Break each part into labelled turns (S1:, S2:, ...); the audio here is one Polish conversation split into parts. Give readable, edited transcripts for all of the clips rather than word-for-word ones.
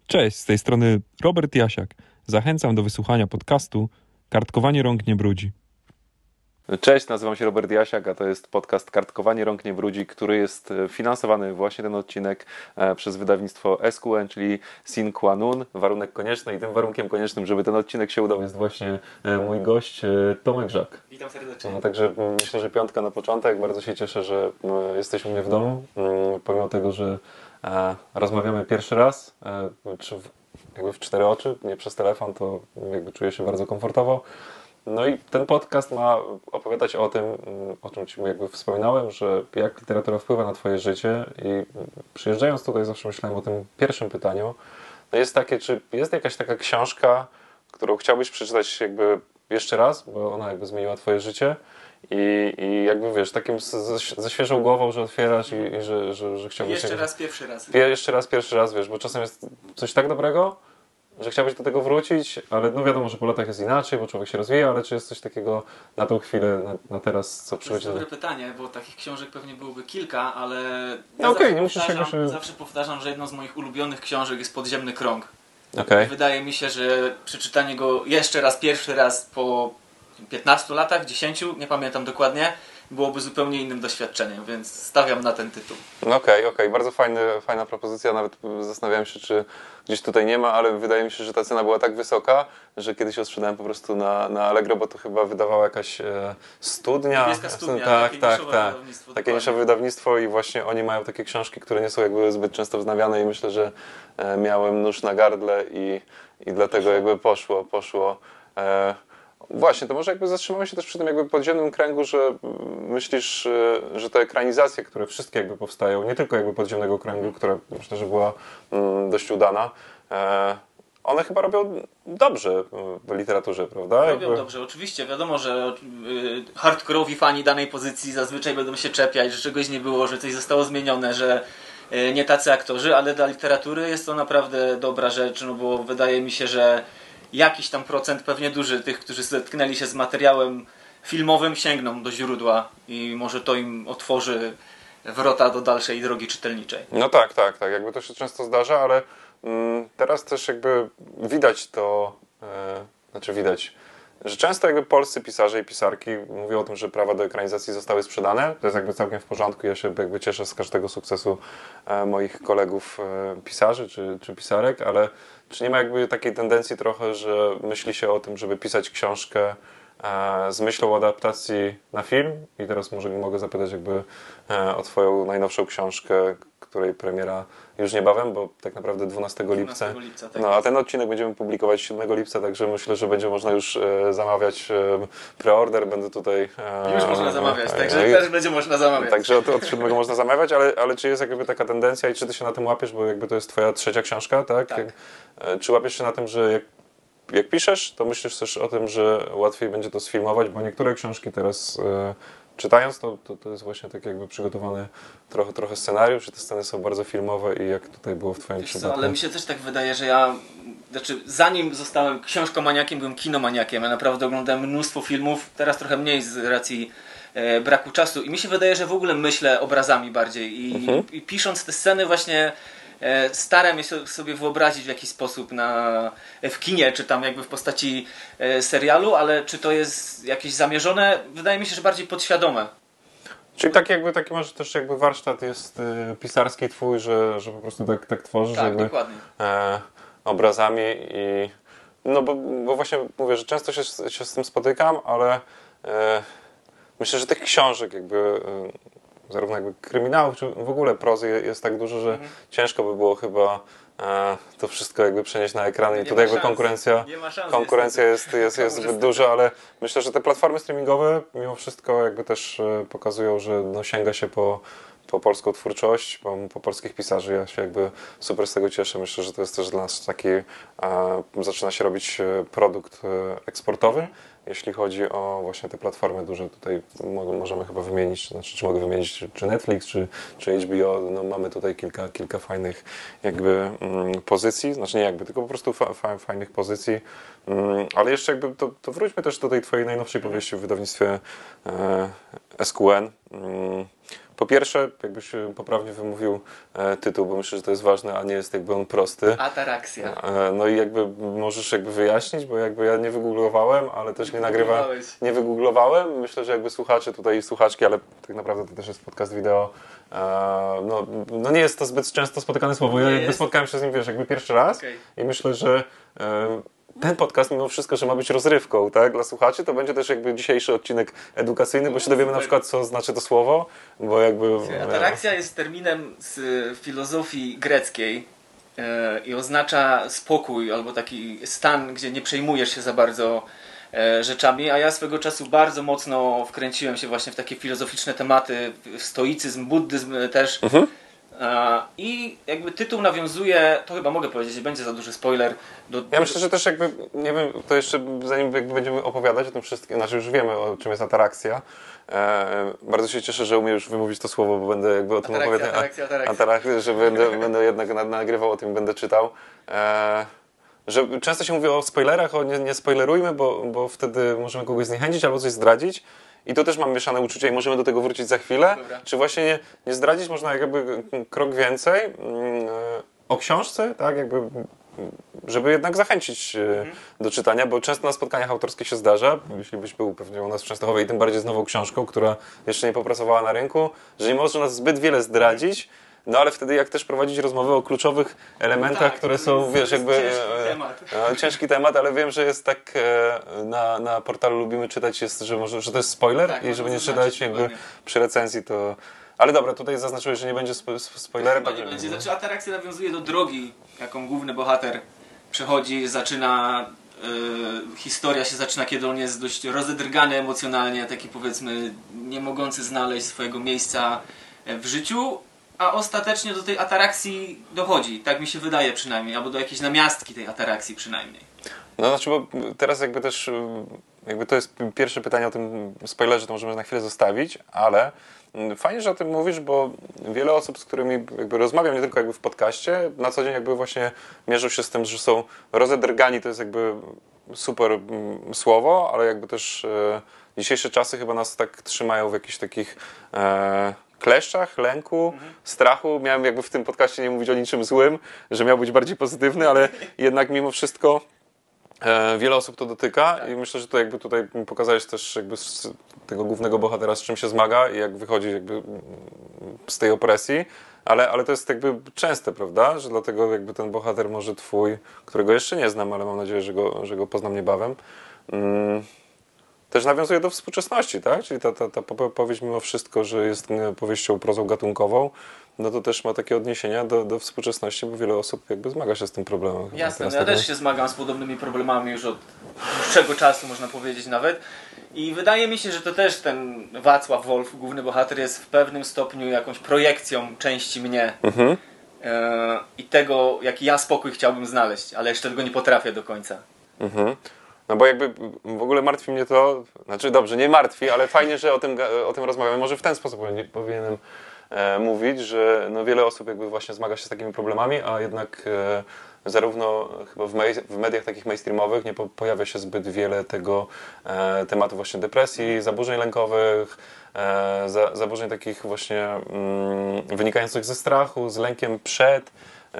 S1: Cześć, z tej strony Robert Jasiak. Zachęcam do wysłuchania podcastu Kartkowanie rąk nie brudzi.
S2: Cześć, nazywam się Robert Jasiak, a to jest podcast Kartkowanie rąk nie brudzi, który jest finansowany, właśnie ten odcinek, przez wydawnictwo SQN, czyli Sine Qua Non, warunek konieczny, i tym warunkiem koniecznym, żeby ten odcinek się udał, jest właśnie mój gość Tomek Żak.
S3: Witam serdecznie.
S2: Także myślę, że piątka na początek. Bardzo się cieszę, że jesteś u mnie w domu, pomimo tego, że rozmawiamy pierwszy raz, czy jakby w cztery oczy, nie przez telefon, to jakby czuję się bardzo komfortowo. No i ten podcast ma opowiadać o tym, o czym Ci jakby wspominałem, że jak literatura wpływa na Twoje życie, i przyjeżdżając tutaj zawsze myślałem o tym pierwszym pytaniu. No jest takie, czy jest jakaś taka książka, którą chciałbyś przeczytać jakby jeszcze raz, bo ona jakby zmieniła Twoje życie i jakby wiesz, takim ze świeżą głową, że otwierasz i że chciałbyś...
S3: Jeszcze raz, pierwszy raz.
S2: Jeszcze raz, pierwszy raz, wiesz, bo czasem jest coś tak dobrego, że chciałbyś do tego wrócić, ale no wiadomo, że po latach jest inaczej, bo człowiek się rozwija, ale czy jest coś takiego na tą chwilę, na teraz, co przychodzi?
S3: To jest dobre pytanie, bo takich książek pewnie byłoby kilka, ale
S2: no okej, nie musisz się...
S3: zawsze powtarzam, że jedną z moich ulubionych książek jest Podziemny Krąg.
S2: Okay.
S3: Wydaje mi się, że przeczytanie go jeszcze raz, pierwszy raz po 15 latach, 10, nie pamiętam dokładnie, byłoby zupełnie innym doświadczeniem, więc stawiam na ten tytuł.
S2: No okej. Bardzo fajna propozycja. Nawet zastanawiałem się, czy gdzieś tutaj nie ma, ale wydaje mi się, że ta cena była tak wysoka, że kiedyś ją sprzedałem po prostu na Allegro, bo to chyba wydawała jakaś studnia.
S3: Niebieska Studnia,
S2: tak.
S3: Wydawnictwo,
S2: takie niszowe wydawnictwo, i właśnie oni mają takie książki, które nie są jakby zbyt często wznawiane, i myślę, że miałem nóż na gardle i dlatego jakby poszło. Właśnie, to może jakby zatrzymamy się też przy tym jakby podziemnym kręgu, że myślisz, że te ekranizacje, które wszystkie jakby powstają, nie tylko jakby Podziemnego Kręgu, która myślę, że była dość udana, one chyba robią dobrze w literaturze, prawda?
S3: Robią dobrze, oczywiście. Wiadomo, że hardkorowi fani danej pozycji zazwyczaj będą się czepiać, że czegoś nie było, że coś zostało zmienione, że nie tacy aktorzy, ale dla literatury jest to naprawdę dobra rzecz, no bo wydaje mi się, że jakiś tam procent, pewnie duży, tych, którzy zetknęli się z materiałem filmowym, sięgną do źródła i może to im otworzy wrota do dalszej drogi czytelniczej.
S2: No tak. Jakby to się często zdarza, ale teraz też jakby widać to, że często jakby polscy pisarze i pisarki mówią o tym, że prawa do ekranizacji zostały sprzedane. To jest jakby całkiem w porządku. Ja się jakby cieszę z każdego sukcesu moich kolegów pisarzy czy pisarek, ale czy nie ma jakby takiej tendencji trochę, że myśli się o tym, żeby pisać książkę z myślą o adaptacji na film? I teraz może mogę zapytać jakby o Twoją najnowszą książkę, której premiera już niebawem, bo tak naprawdę 12 lipca.
S3: Tak,
S2: no, a ten odcinek będziemy publikować 7 lipca, także myślę, że będzie można już zamawiać preorder. Będę tutaj...
S3: Już można zamawiać, także też będzie można zamawiać.
S2: Także od 7 można zamawiać, ale czy jest jakby taka tendencja i czy Ty się na tym łapiesz, bo jakby to jest Twoja trzecia książka, tak? Czy łapiesz się na tym, że jak piszesz, to myślisz też o tym, że łatwiej będzie to sfilmować, bo niektóre książki teraz czytając, to jest właśnie tak jakby przygotowany trochę scenariusz, i te sceny są bardzo filmowe, i jak tutaj było w Twoim przypadku.
S3: Ale mi się też tak wydaje, że zanim zostałem książkomaniakiem, byłem kinomaniakiem. Ja naprawdę oglądałem mnóstwo filmów, teraz trochę mniej z racji braku czasu, i mi się wydaje, że w ogóle myślę obrazami bardziej i pisząc te sceny właśnie staram się sobie wyobrazić w jakiś sposób w kinie, czy tam jakby w postaci serialu, ale czy to jest jakieś zamierzone? Wydaje mi się, że bardziej podświadome.
S2: Czyli taki może też jakby warsztat jest pisarski twój, że po prostu tak tworzysz,
S3: tak,
S2: jakby
S3: dokładnie.
S2: Obrazami i no bo właśnie mówię, że często się z tym spotykam, ale myślę, że tych książek jakby zarówno jakby kryminałów, czy w ogóle prozy jest tak dużo, że ciężko by było chyba to wszystko jakby przenieść na ekran, i tutaj jakby konkurencja jest zbyt duża, ale myślę, że te platformy streamingowe mimo wszystko jakby też pokazują, że no sięga się po polską twórczość, po polskich pisarzy. Ja się jakby super z tego cieszę. Myślę, że to jest też dla nas taki, zaczyna się robić produkt eksportowy, jeśli chodzi o właśnie te platformy duże. Tutaj możemy chyba wymienić, czy mogę wymienić, czy Netflix, czy HBO. No, mamy tutaj kilka fajnych jakby pozycji, znaczy nie jakby, tylko po prostu fajnych pozycji. Ale jeszcze jakby to wróćmy też do tej Twojej najnowszej powieści w wydawnictwie SQN. po pierwsze, jakbyś poprawnie wymówił tytuł, bo myślę, że to jest ważne, a nie jest jakby on prosty.
S3: Atarakcja.
S2: No i jakby możesz jakby wyjaśnić, bo jakby ja nie wygooglowałem, ale też nie wygooglowałem. Myślę, że jakby słuchacze tutaj i słuchaczki, ale tak naprawdę to też jest podcast wideo. No nie jest to zbyt często spotykane słowo. Ja jakby spotkałem się z nim, wiesz, jakby pierwszy raz i myślę, że ten podcast mimo wszystko, że ma być rozrywką, tak, dla słuchaczy, to będzie też jakby dzisiejszy odcinek edukacyjny, bo się dowiemy na przykład, co znaczy to słowo, bo jakby...
S3: Atarakcja jest terminem z filozofii greckiej i oznacza spokój albo taki stan, gdzie nie przejmujesz się za bardzo rzeczami, a ja swego czasu bardzo mocno wkręciłem się właśnie w takie filozoficzne tematy, w stoicyzm, buddyzm też. I jakby tytuł nawiązuje, to chyba mogę powiedzieć, nie będzie za duży spoiler.
S2: Ja myślę, że też jakby, nie wiem, to jeszcze zanim jakby będziemy opowiadać o tym wszystkim, znaczy już wiemy, o czym jest atarakcja. Bardzo się cieszę, że umiem już wymówić to słowo, bo będę jakby o tym opowiadał. Atarakcja, że będę jednak nagrywał o tym, będę czytał. Że często się mówi o spoilerach, nie spoilerujmy, bo wtedy możemy kogoś zniechęcić albo coś zdradzić. I to też mam mieszane uczucia i możemy do tego wrócić za chwilę.
S3: Dobra.
S2: Czy właśnie nie zdradzić można jakby krok więcej o książce, tak? Jakby, żeby jednak zachęcić do czytania, bo często na spotkaniach autorskich się zdarza, jeśli byś był pewnie u nas w Częstochowie i tym bardziej z nową książką, która jeszcze nie popracowała na rynku, że nie można zbyt wiele zdradzić. No ale wtedy jak też prowadzić rozmowy o kluczowych elementach, które są, wiesz, jakby ciężki temat, ale wiem, że jest tak na portalu Lubimy Czytać, jest, że to jest spoiler i żeby nie czytać jakby przy recenzji to... Ale dobra, tutaj zaznaczyłeś, że nie będzie spoilerem.
S3: Chyba nie będzie. Znaczy atarakcja nawiązuje do drogi, jaką główny bohater przechodzi, zaczyna... historia się zaczyna, kiedy on jest dość rozedrgany emocjonalnie, taki powiedzmy nie mogący znaleźć swojego miejsca w życiu, a ostatecznie do tej atarakcji dochodzi, tak mi się wydaje przynajmniej, albo do jakiejś namiastki tej atarakcji przynajmniej.
S2: No znaczy, bo teraz jakby też, jakby to jest pierwsze pytanie o tym spoilerze, to możemy na chwilę zostawić, ale fajnie, że o tym mówisz, bo wiele osób, z którymi jakby rozmawiam, nie tylko jakby w podcaście, na co dzień jakby właśnie mierzą się z tym, że są rozedrgani, to jest jakby super słowo, ale jakby też dzisiejsze czasy chyba nas tak trzymają w jakichś takich kleszczach, lęku, strachu. Miałem jakby w tym podcaście nie mówić o niczym złym, że miał być bardziej pozytywny, ale jednak mimo wszystko wiele osób to dotyka i myślę, że to jakby tutaj pokazałeś też jakby z tego głównego bohatera, z czym się zmaga i jak wychodzi jakby z tej opresji, ale to jest jakby częste, prawda? Że dlatego jakby ten bohater może twój, którego jeszcze nie znam, ale mam nadzieję, że go poznam niebawem, też nawiązuje do współczesności, tak? Czyli ta powieść mimo wszystko, że jest powieścią prozą gatunkową, no to też ma takie odniesienia do współczesności, bo wiele osób jakby zmaga się z tym problemem.
S3: Jasne, no ja też się zmagam z podobnymi problemami już od dłuższego czasu, można powiedzieć nawet. I wydaje mi się, że to też ten Wacław Wolf, główny bohater, jest w pewnym stopniu jakąś projekcją części mnie. I tego, jaki ja spokój chciałbym znaleźć, ale jeszcze tego nie potrafię do końca.
S2: No bo jakby w ogóle martwi mnie to, znaczy dobrze, nie martwi, ale fajnie, że o tym rozmawiamy. Może w ten sposób powinienem mówić, że no wiele osób jakby właśnie zmaga się z takimi problemami, a jednak zarówno chyba w mediach takich mainstreamowych nie pojawia się zbyt wiele tego tematu właśnie depresji, zaburzeń lękowych, zaburzeń takich właśnie wynikających ze strachu, z lękiem przed.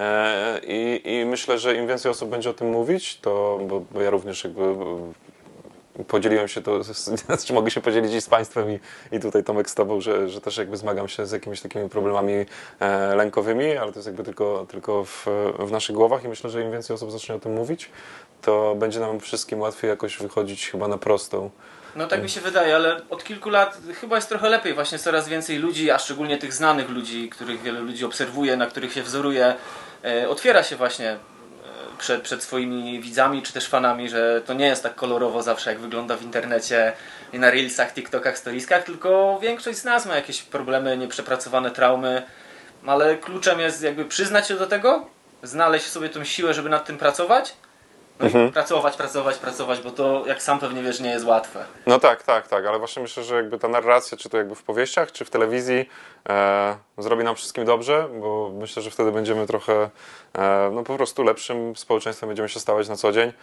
S2: I myślę, że im więcej osób będzie o tym mówić, to bo ja również jakby podzieliłem się to, znaczy mogę się podzielić i z Państwem i tutaj Tomek z Tobą, że też jakby zmagam się z jakimiś takimi problemami lękowymi, ale to jest jakby tylko w naszych głowach i myślę, że im więcej osób zacznie o tym mówić, to będzie nam wszystkim łatwiej jakoś wychodzić chyba na prostą.
S3: No tak mi się wydaje, ale od kilku lat chyba jest trochę lepiej. Właśnie coraz więcej ludzi, a szczególnie tych znanych ludzi, których wiele ludzi obserwuje, na których się wzoruje, otwiera się właśnie przed swoimi widzami czy też fanami, że to nie jest tak kolorowo zawsze, jak wygląda w internecie i na reelsach, tiktokach, storieskach, tylko większość z nas ma jakieś problemy, nieprzepracowane traumy, ale kluczem jest jakby przyznać się do tego, znaleźć w sobie tą siłę, żeby nad tym pracować. No i pracować, bo to, jak sam pewnie wiesz, nie jest łatwe.
S2: No tak, ale właśnie myślę, że jakby ta narracja, czy to jakby w powieściach, czy w telewizji zrobi nam wszystkim dobrze, bo myślę, że wtedy będziemy trochę no po prostu lepszym społeczeństwem, będziemy się stawać na co dzień.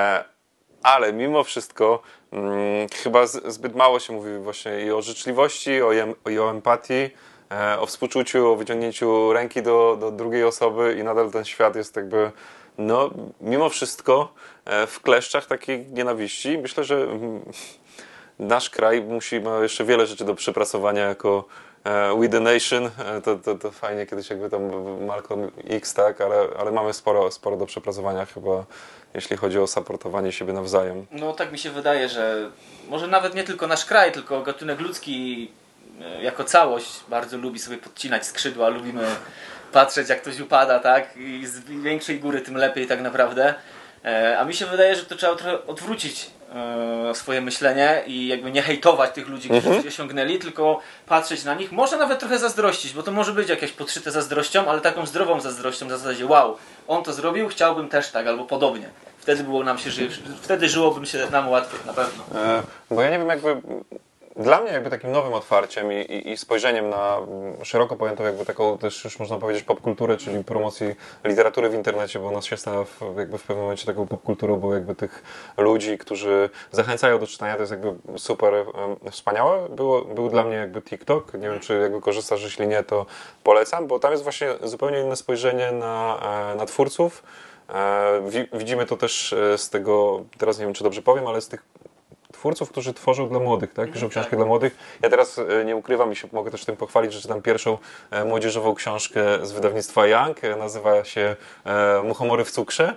S2: Ale mimo wszystko chyba zbyt mało się mówi właśnie i o życzliwości, i o empatii, o współczuciu, o wyciągnięciu ręki do drugiej osoby i nadal ten świat jest jakby, no mimo wszystko w kleszczach takiej nienawiści. Myślę, że nasz kraj ma jeszcze wiele rzeczy do przepracowania jako We the Nation, to fajnie kiedyś jakby tam Malcolm X, tak, ale mamy sporo do przepracowania chyba, jeśli chodzi o supportowanie siebie nawzajem.
S3: No tak mi się wydaje, że może nawet nie tylko nasz kraj, tylko gatunek ludzki jako całość bardzo lubi sobie podcinać skrzydła, lubimy patrzeć jak ktoś upada, tak, i z większej góry tym lepiej tak naprawdę. A mi się wydaje, że to trzeba trochę odwrócić swoje myślenie i jakby nie hejtować tych ludzi, którzy coś osiągnęli, tylko patrzeć na nich, może nawet trochę zazdrościć, bo to może być jakieś podszyte zazdrością, ale taką zdrową zazdrością na zasadzie wow, on to zrobił, chciałbym też tak, albo podobnie. Wtedy żyłoby się nam łatwiej, na pewno.
S2: Bo ja nie wiem, jakby dla mnie jakby takim nowym otwarciem i spojrzeniem na szeroko pojętą jakby taką też już można powiedzieć popkulturę, czyli promocji literatury w internecie, bo ona się stała jakby w pewnym momencie taką popkulturą, bo jakby tych ludzi, którzy zachęcają do czytania, to jest jakby super wspaniałe. Był dla mnie jakby TikTok, nie wiem czy jakby korzystasz, jeśli nie to polecam, bo tam jest właśnie zupełnie inne spojrzenie na twórców. Widzimy to też z tego, teraz nie wiem czy dobrze powiem, ale z tych twórców, którzy tworzą dla młodych, tak? Piszą książki dla młodych. Ja teraz nie ukrywam i się mogę też tym pochwalić, że czytam pierwszą młodzieżową książkę z wydawnictwa Young. Nazywa się Muchomory w cukrze.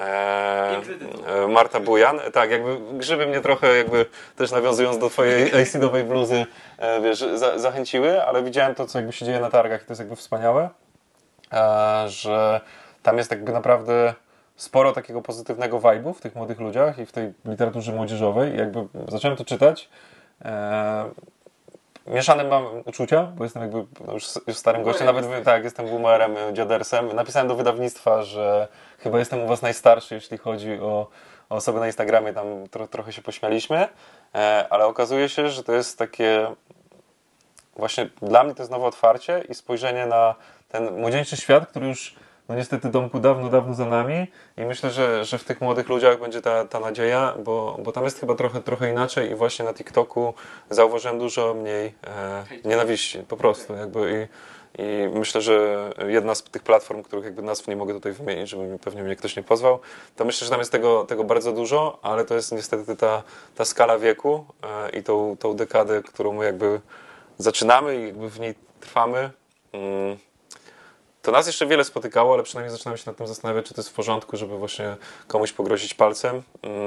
S2: Marta Bujan. Tak, jakby grzyby mnie trochę jakby też nawiązując do twojej AC-dowej bluzy, wiesz, zachęciły, ale widziałem to, co jakby się dzieje na targach i to jest jakby wspaniałe, że tam jest jakby naprawdę sporo takiego pozytywnego vibe'u w tych młodych ludziach i w tej literaturze młodzieżowej. I jakby zacząłem to czytać. Mieszane mam uczucia, bo jestem jakby już starym gościem, nawet tak, jestem boomerem, dziadersem. Napisałem do wydawnictwa, że chyba jestem u was najstarszy, jeśli chodzi o osoby na Instagramie, tam trochę się pośmialiśmy, ale okazuje się, że to jest takie właśnie dla mnie to jest nowe otwarcie i spojrzenie na ten młodzieńczy świat, który już no niestety Domku dawno za nami i myślę, że w tych młodych ludziach będzie ta nadzieja, bo tam jest chyba trochę inaczej i właśnie na TikToku zauważyłem dużo mniej nienawiści, po prostu jakby i myślę, że jedna z tych platform, których jakby nazw nie mogę tutaj wymienić, żeby pewnie mnie ktoś nie pozwał, to myślę, że tam jest tego bardzo dużo, ale to jest niestety ta skala wieku i tą dekadę, którą my jakby zaczynamy i jakby w niej trwamy. To nas jeszcze wiele spotykało, ale przynajmniej zaczynamy się nad tym zastanawiać, czy to jest w porządku, żeby właśnie komuś pogrozić palcem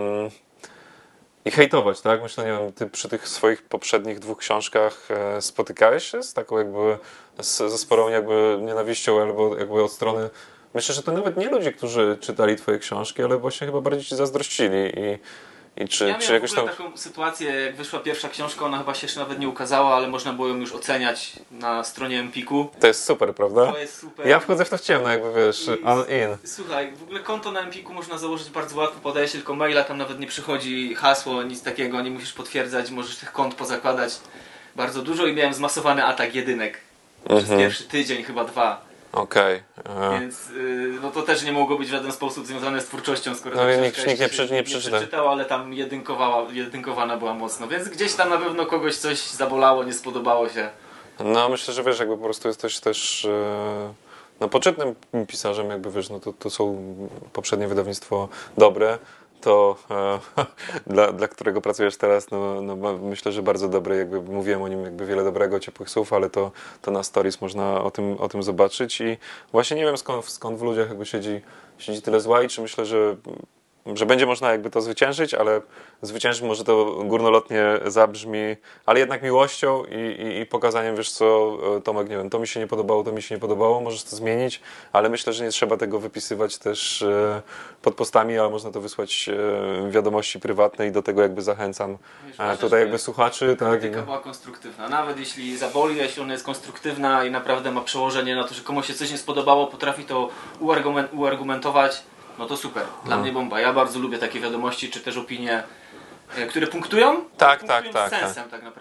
S2: i hejtować, tak? Myślę, nie wiem, ty przy tych swoich poprzednich 2 książkach spotykałeś się z taką jakby, ze sporą jakby nienawiścią albo jakby od strony, myślę, że to nawet nie ludzie, którzy czytali twoje książki, ale właśnie chyba bardziej ci zazdrościli i czy
S3: miałem
S2: jakoś tam...
S3: taką sytuację, jak wyszła pierwsza książka, ona chyba się jeszcze nawet nie ukazała, ale można było ją już oceniać na stronie Empiku.
S2: To jest super, prawda?
S3: To jest super.
S2: Ja wchodzę w to w ciemno, jakby wiesz, all in.
S3: Słuchaj, w ogóle konto na Empiku można założyć bardzo łatwo, podaje się tylko maila, tam nawet nie przychodzi hasło, nic takiego, nie musisz potwierdzać, możesz tych kont pozakładać bardzo dużo i miałem zmasowany atak jedynek przez pierwszy tydzień, chyba 2.
S2: Okej.
S3: Więc no to też nie mogło być w żaden sposób związane z twórczością, skoro
S2: No
S3: ta
S2: nikt
S3: książka
S2: nie przeczytał.
S3: przeczytał, ale tam jedynkowana była mocno, więc gdzieś tam na pewno kogoś coś zabolało, nie spodobało się.
S2: No myślę, że wiesz, jakby po prostu jesteś też no, poczytnym pisarzem, jakby wiesz, no to są poprzednie wydawnictwo dobre, to dla którego pracujesz teraz, no myślę, że bardzo dobre, jakby mówiłem o nim jakby wiele dobrego, ciepłych słów, ale to na stories można o tym zobaczyć i właśnie nie wiem skąd w ludziach jakby siedzi tyle zła i czy myślę, że będzie można jakby to zwyciężyć, ale zwyciężyć może to górnolotnie zabrzmi, ale jednak miłością i pokazaniem, wiesz co, Tomek, nie wiem, to mi się nie podobało, możesz to zmienić, ale myślę, że nie trzeba tego wypisywać też pod postami, ale można to wysłać wiadomości prywatne i do tego jakby zachęcam tutaj jakby słuchaczy.
S3: Krytyka była konstruktywna, nawet jeśli zaboli, jeśli ona jest konstruktywna i naprawdę ma przełożenie na to, że komuś się coś nie spodobało, potrafi to uargumentować, no to super. Dla mnie bomba. Ja bardzo lubię takie wiadomości, czy też opinie, które punktują.
S2: Tak.
S3: Z sensem tak naprawdę.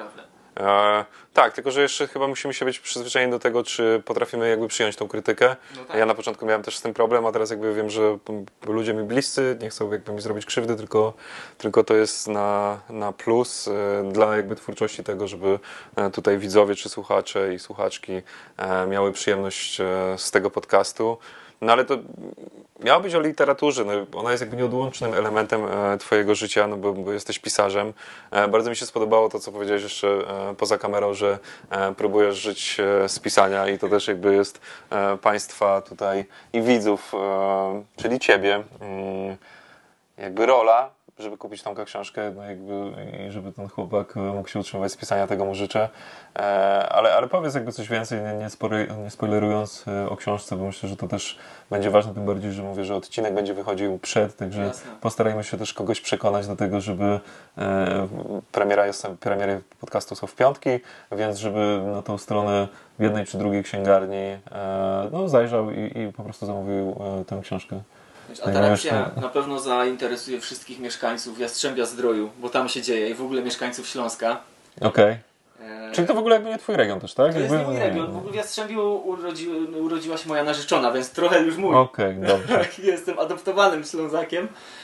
S2: Tak, tylko że jeszcze chyba musimy się być przyzwyczajeni do tego, czy potrafimy jakby przyjąć tą krytykę.
S3: No tak.
S2: Ja na początku miałem też z tym problem, a teraz jakby wiem, że ludzie mi bliscy nie chcą jakby mi zrobić krzywdy, tylko to jest na plus dla jakby twórczości tego, żeby tutaj widzowie czy słuchacze i słuchaczki miały przyjemność z tego podcastu. No ale to miało być o literaturze, no, ona jest jakby nieodłącznym elementem twojego życia, no bo jesteś pisarzem. Bardzo mi się spodobało to, co powiedziałeś jeszcze poza kamerą, że próbujesz żyć z pisania i to też jakby jest państwa tutaj i widzów, czyli ciebie, jakby rola, żeby kupić tą książkę, no jakby, i żeby ten chłopak mógł się utrzymywać z pisania, tego mu życzę. Ale powiedz jakby coś więcej, nie spoilerując o książce, bo myślę, że to też będzie ważne, tym bardziej, że mówię, że odcinek będzie wychodził przed, także
S3: Jasne.
S2: postarajmy się też kogoś przekonać do tego, żeby premiery podcastu są w piątki, więc żeby na tą stronę w jednej czy drugiej księgarni no, zajrzał i po prostu zamówił tę książkę.
S3: Atrakcja na pewno zainteresuje wszystkich mieszkańców Jastrzębia-Zdroju, bo tam się dzieje i w ogóle mieszkańców Śląska.
S2: Okej. Czyli to w ogóle jakby nie twój region też, tak?
S3: To jest nie mój region. W ogóle w Jastrzębiu urodziła się moja narzeczona, więc trochę już mój.
S2: Okej, dobrze.
S3: Jestem adoptowanym Ślązakiem.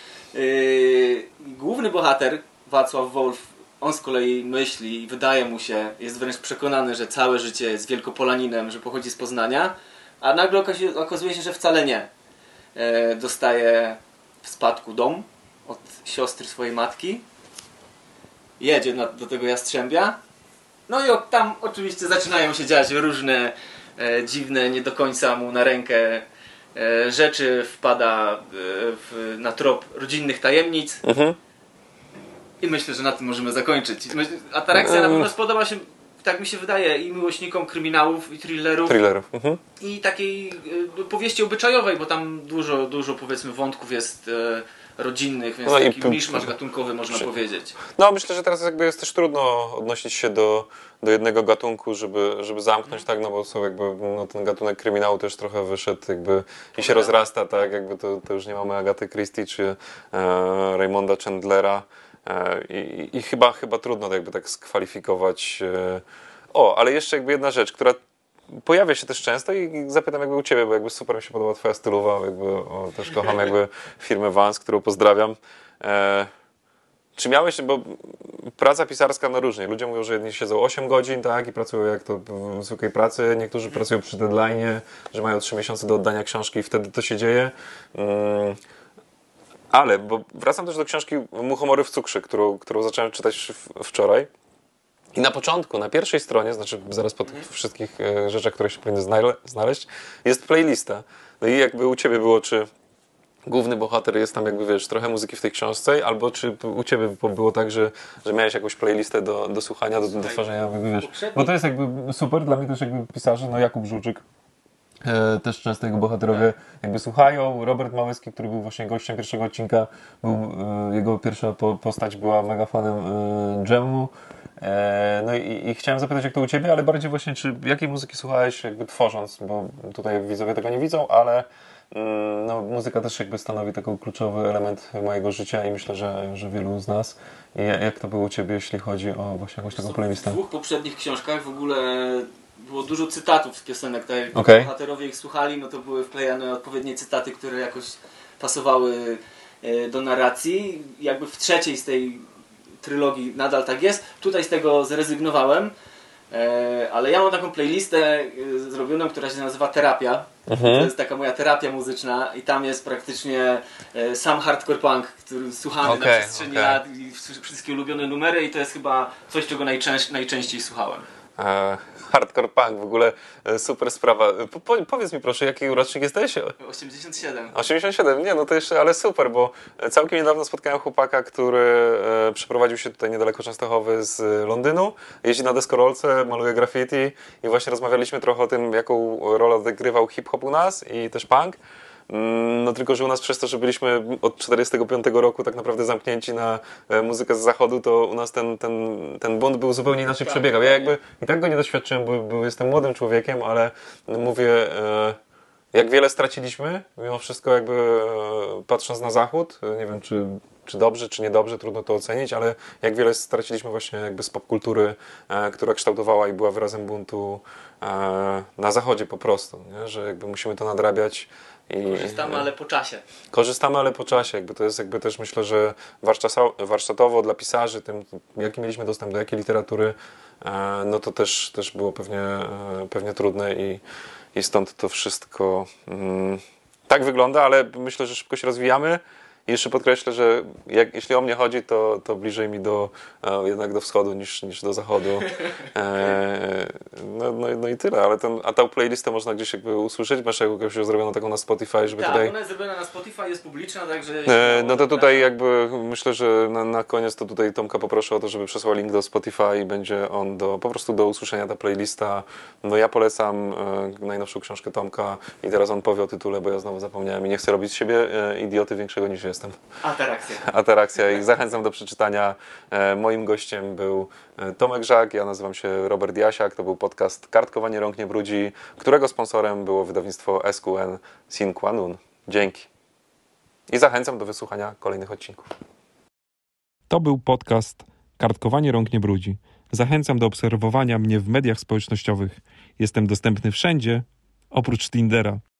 S3: Główny bohater, Wacław Wolf, on z kolei myśli i wydaje mu się, jest wręcz przekonany, że całe życie jest wielkopolaninem, że pochodzi z Poznania, a nagle okazuje się, że wcale nie. Dostaje w spadku dom od siostry swojej matki. Jedzie do tego Jastrzębia. No i tam oczywiście zaczynają się dziać różne dziwne, nie do końca mu na rękę rzeczy. Wpada na trop rodzinnych tajemnic. I myślę, że na tym możemy zakończyć. Atrakcja na pewno spodoba się, tak mi się wydaje, i miłośnikom kryminałów i thrillerów. I takiej powieści obyczajowej, bo tam dużo powiedzmy wątków jest rodzinnych, więc
S2: no
S3: taki miszmasz gatunkowy można powiedzieć.
S2: No myślę, że teraz jakby jest też trudno odnosić się do jednego gatunku, żeby zamknąć, tak, no bo są jakby, no ten gatunek kryminału też trochę wyszedł jakby i się rozrasta, tak, jakby to już nie mamy Agaty Christie czy Raymonda Chandlera i chyba trudno jakby tak skwalifikować. Ale jeszcze jakby jedna rzecz, która pojawia się też często i zapytam jakby u ciebie, bo jakby super mi się podoba twoja stylowa, jakby też kocham jakby firmę Vans, którą pozdrawiam. Czy miałeś, bo praca pisarska no różnie, ludzie mówią, że jedni siedzą 8 godzin, tak, i pracują jak to w zwykłej pracy, niektórzy pracują przy deadline'ie, że mają 3 miesiące do oddania książki i wtedy to się dzieje. Ale, bo wracam też do książki Muchomory w cukrze, którą zacząłem czytać wczoraj. I na początku, na pierwszej stronie, znaczy zaraz po tych wszystkich rzeczach, które się powinny znaleźć, jest playlista. No i jakby u ciebie było, czy główny bohater jest tam jakby, wiesz, trochę muzyki w tej książce, albo czy u ciebie było tak, że miałeś jakąś playlistę do słuchania, do tworzenia, jakby, wiesz. Bo to jest jakby super, dla mnie też jakby pisarze, no Jakub Żuczyk, też często jego bohaterowie jakby słuchają. Robert Małecki, który był właśnie gościem pierwszego odcinka, jego pierwsza postać była mega fanem dżemu. No i chciałem zapytać, jak to u ciebie, ale bardziej właśnie, jakiej muzyki słuchałeś jakby tworząc, bo tutaj widzowie tego nie widzą, ale no, muzyka też jakby stanowi taki kluczowy element mojego życia i myślę, że wielu z nas. I jak to było u ciebie, jeśli chodzi o właśnie jakąś taką playlistę?
S3: W dwóch poprzednich książkach w ogóle było dużo cytatów z piosenek, tak jak bohaterowie ich słuchali, no to były wklejane odpowiednie cytaty, które jakoś pasowały do narracji. Jakby w trzeciej z tej trylogii nadal tak jest. Tutaj z tego zrezygnowałem, ale ja mam taką playlistę zrobioną, która się nazywa Terapia. To jest taka moja terapia muzyczna i tam jest praktycznie sam hardcore punk, który słuchamy na przestrzeni lat i wszystkie ulubione numery i to jest chyba coś, czego najczęściej słuchałem.
S2: Hardcore punk, w ogóle super sprawa. Powiedz mi proszę, jaki rocznik jesteś?
S3: 87.
S2: 87, nie, no to jeszcze, ale super, bo całkiem niedawno spotkałem chłopaka, który przeprowadził się tutaj niedaleko Częstochowy z Londynu, jeździ na deskorolce, maluje graffiti i właśnie rozmawialiśmy trochę o tym, jaką rolę odgrywał hip-hop u nas i też punk. No tylko, że u nas przez to, że byliśmy od 45 roku tak naprawdę zamknięci na muzykę z zachodu, to u nas ten bunt był zupełnie inaczej przebiegał. Ja jakby i tak go nie doświadczyłem, bo jestem młodym człowiekiem, ale mówię, jak wiele straciliśmy, mimo wszystko jakby patrząc na zachód, nie wiem, czy czy dobrze, czy niedobrze, trudno to ocenić, ale jak wiele straciliśmy właśnie jakby z popkultury, która kształtowała i była wyrazem buntu na zachodzie po prostu, nie? Że jakby musimy to nadrabiać.
S3: Korzystamy, ale po czasie.
S2: Korzystamy, ale po czasie. Jakby to jest jakby też myślę, że warsztatowo dla pisarzy, tym jaki mieliśmy dostęp do jakiej literatury, no to też było pewnie trudne i stąd to wszystko tak wygląda, ale myślę, że szybko się rozwijamy. I jeszcze podkreślę, że jeśli o mnie chodzi, to bliżej mi jednak do wschodu niż do zachodu. No i tyle, ale tą playlistę można gdzieś jakby usłyszeć. Masz jakąś zrobioną taką na Spotify, żeby
S3: tak,
S2: tutaj...
S3: ona jest zrobiona na Spotify, jest publiczna, także...
S2: No to tutaj jakby myślę, że na koniec to tutaj Tomka poproszę o to, żeby przesłał link do Spotify i będzie on po prostu do usłyszenia ta playlista. No ja polecam najnowszą książkę Tomka i teraz on powie o tytule, bo ja znowu zapomniałem i nie chcę robić z siebie idioty większego niż jestem. Atrakcja i zachęcam do przeczytania. Moim gościem był Tomek Żak, ja nazywam się Robert Jasiak, to był podcast Kartkowanie rąk nie brudzi, którego sponsorem było wydawnictwo SQN Sine Qua Non. Dzięki. I zachęcam do wysłuchania kolejnych odcinków.
S1: To był podcast Kartkowanie rąk nie brudzi. Zachęcam do obserwowania mnie w mediach społecznościowych. Jestem dostępny wszędzie, oprócz Tindera.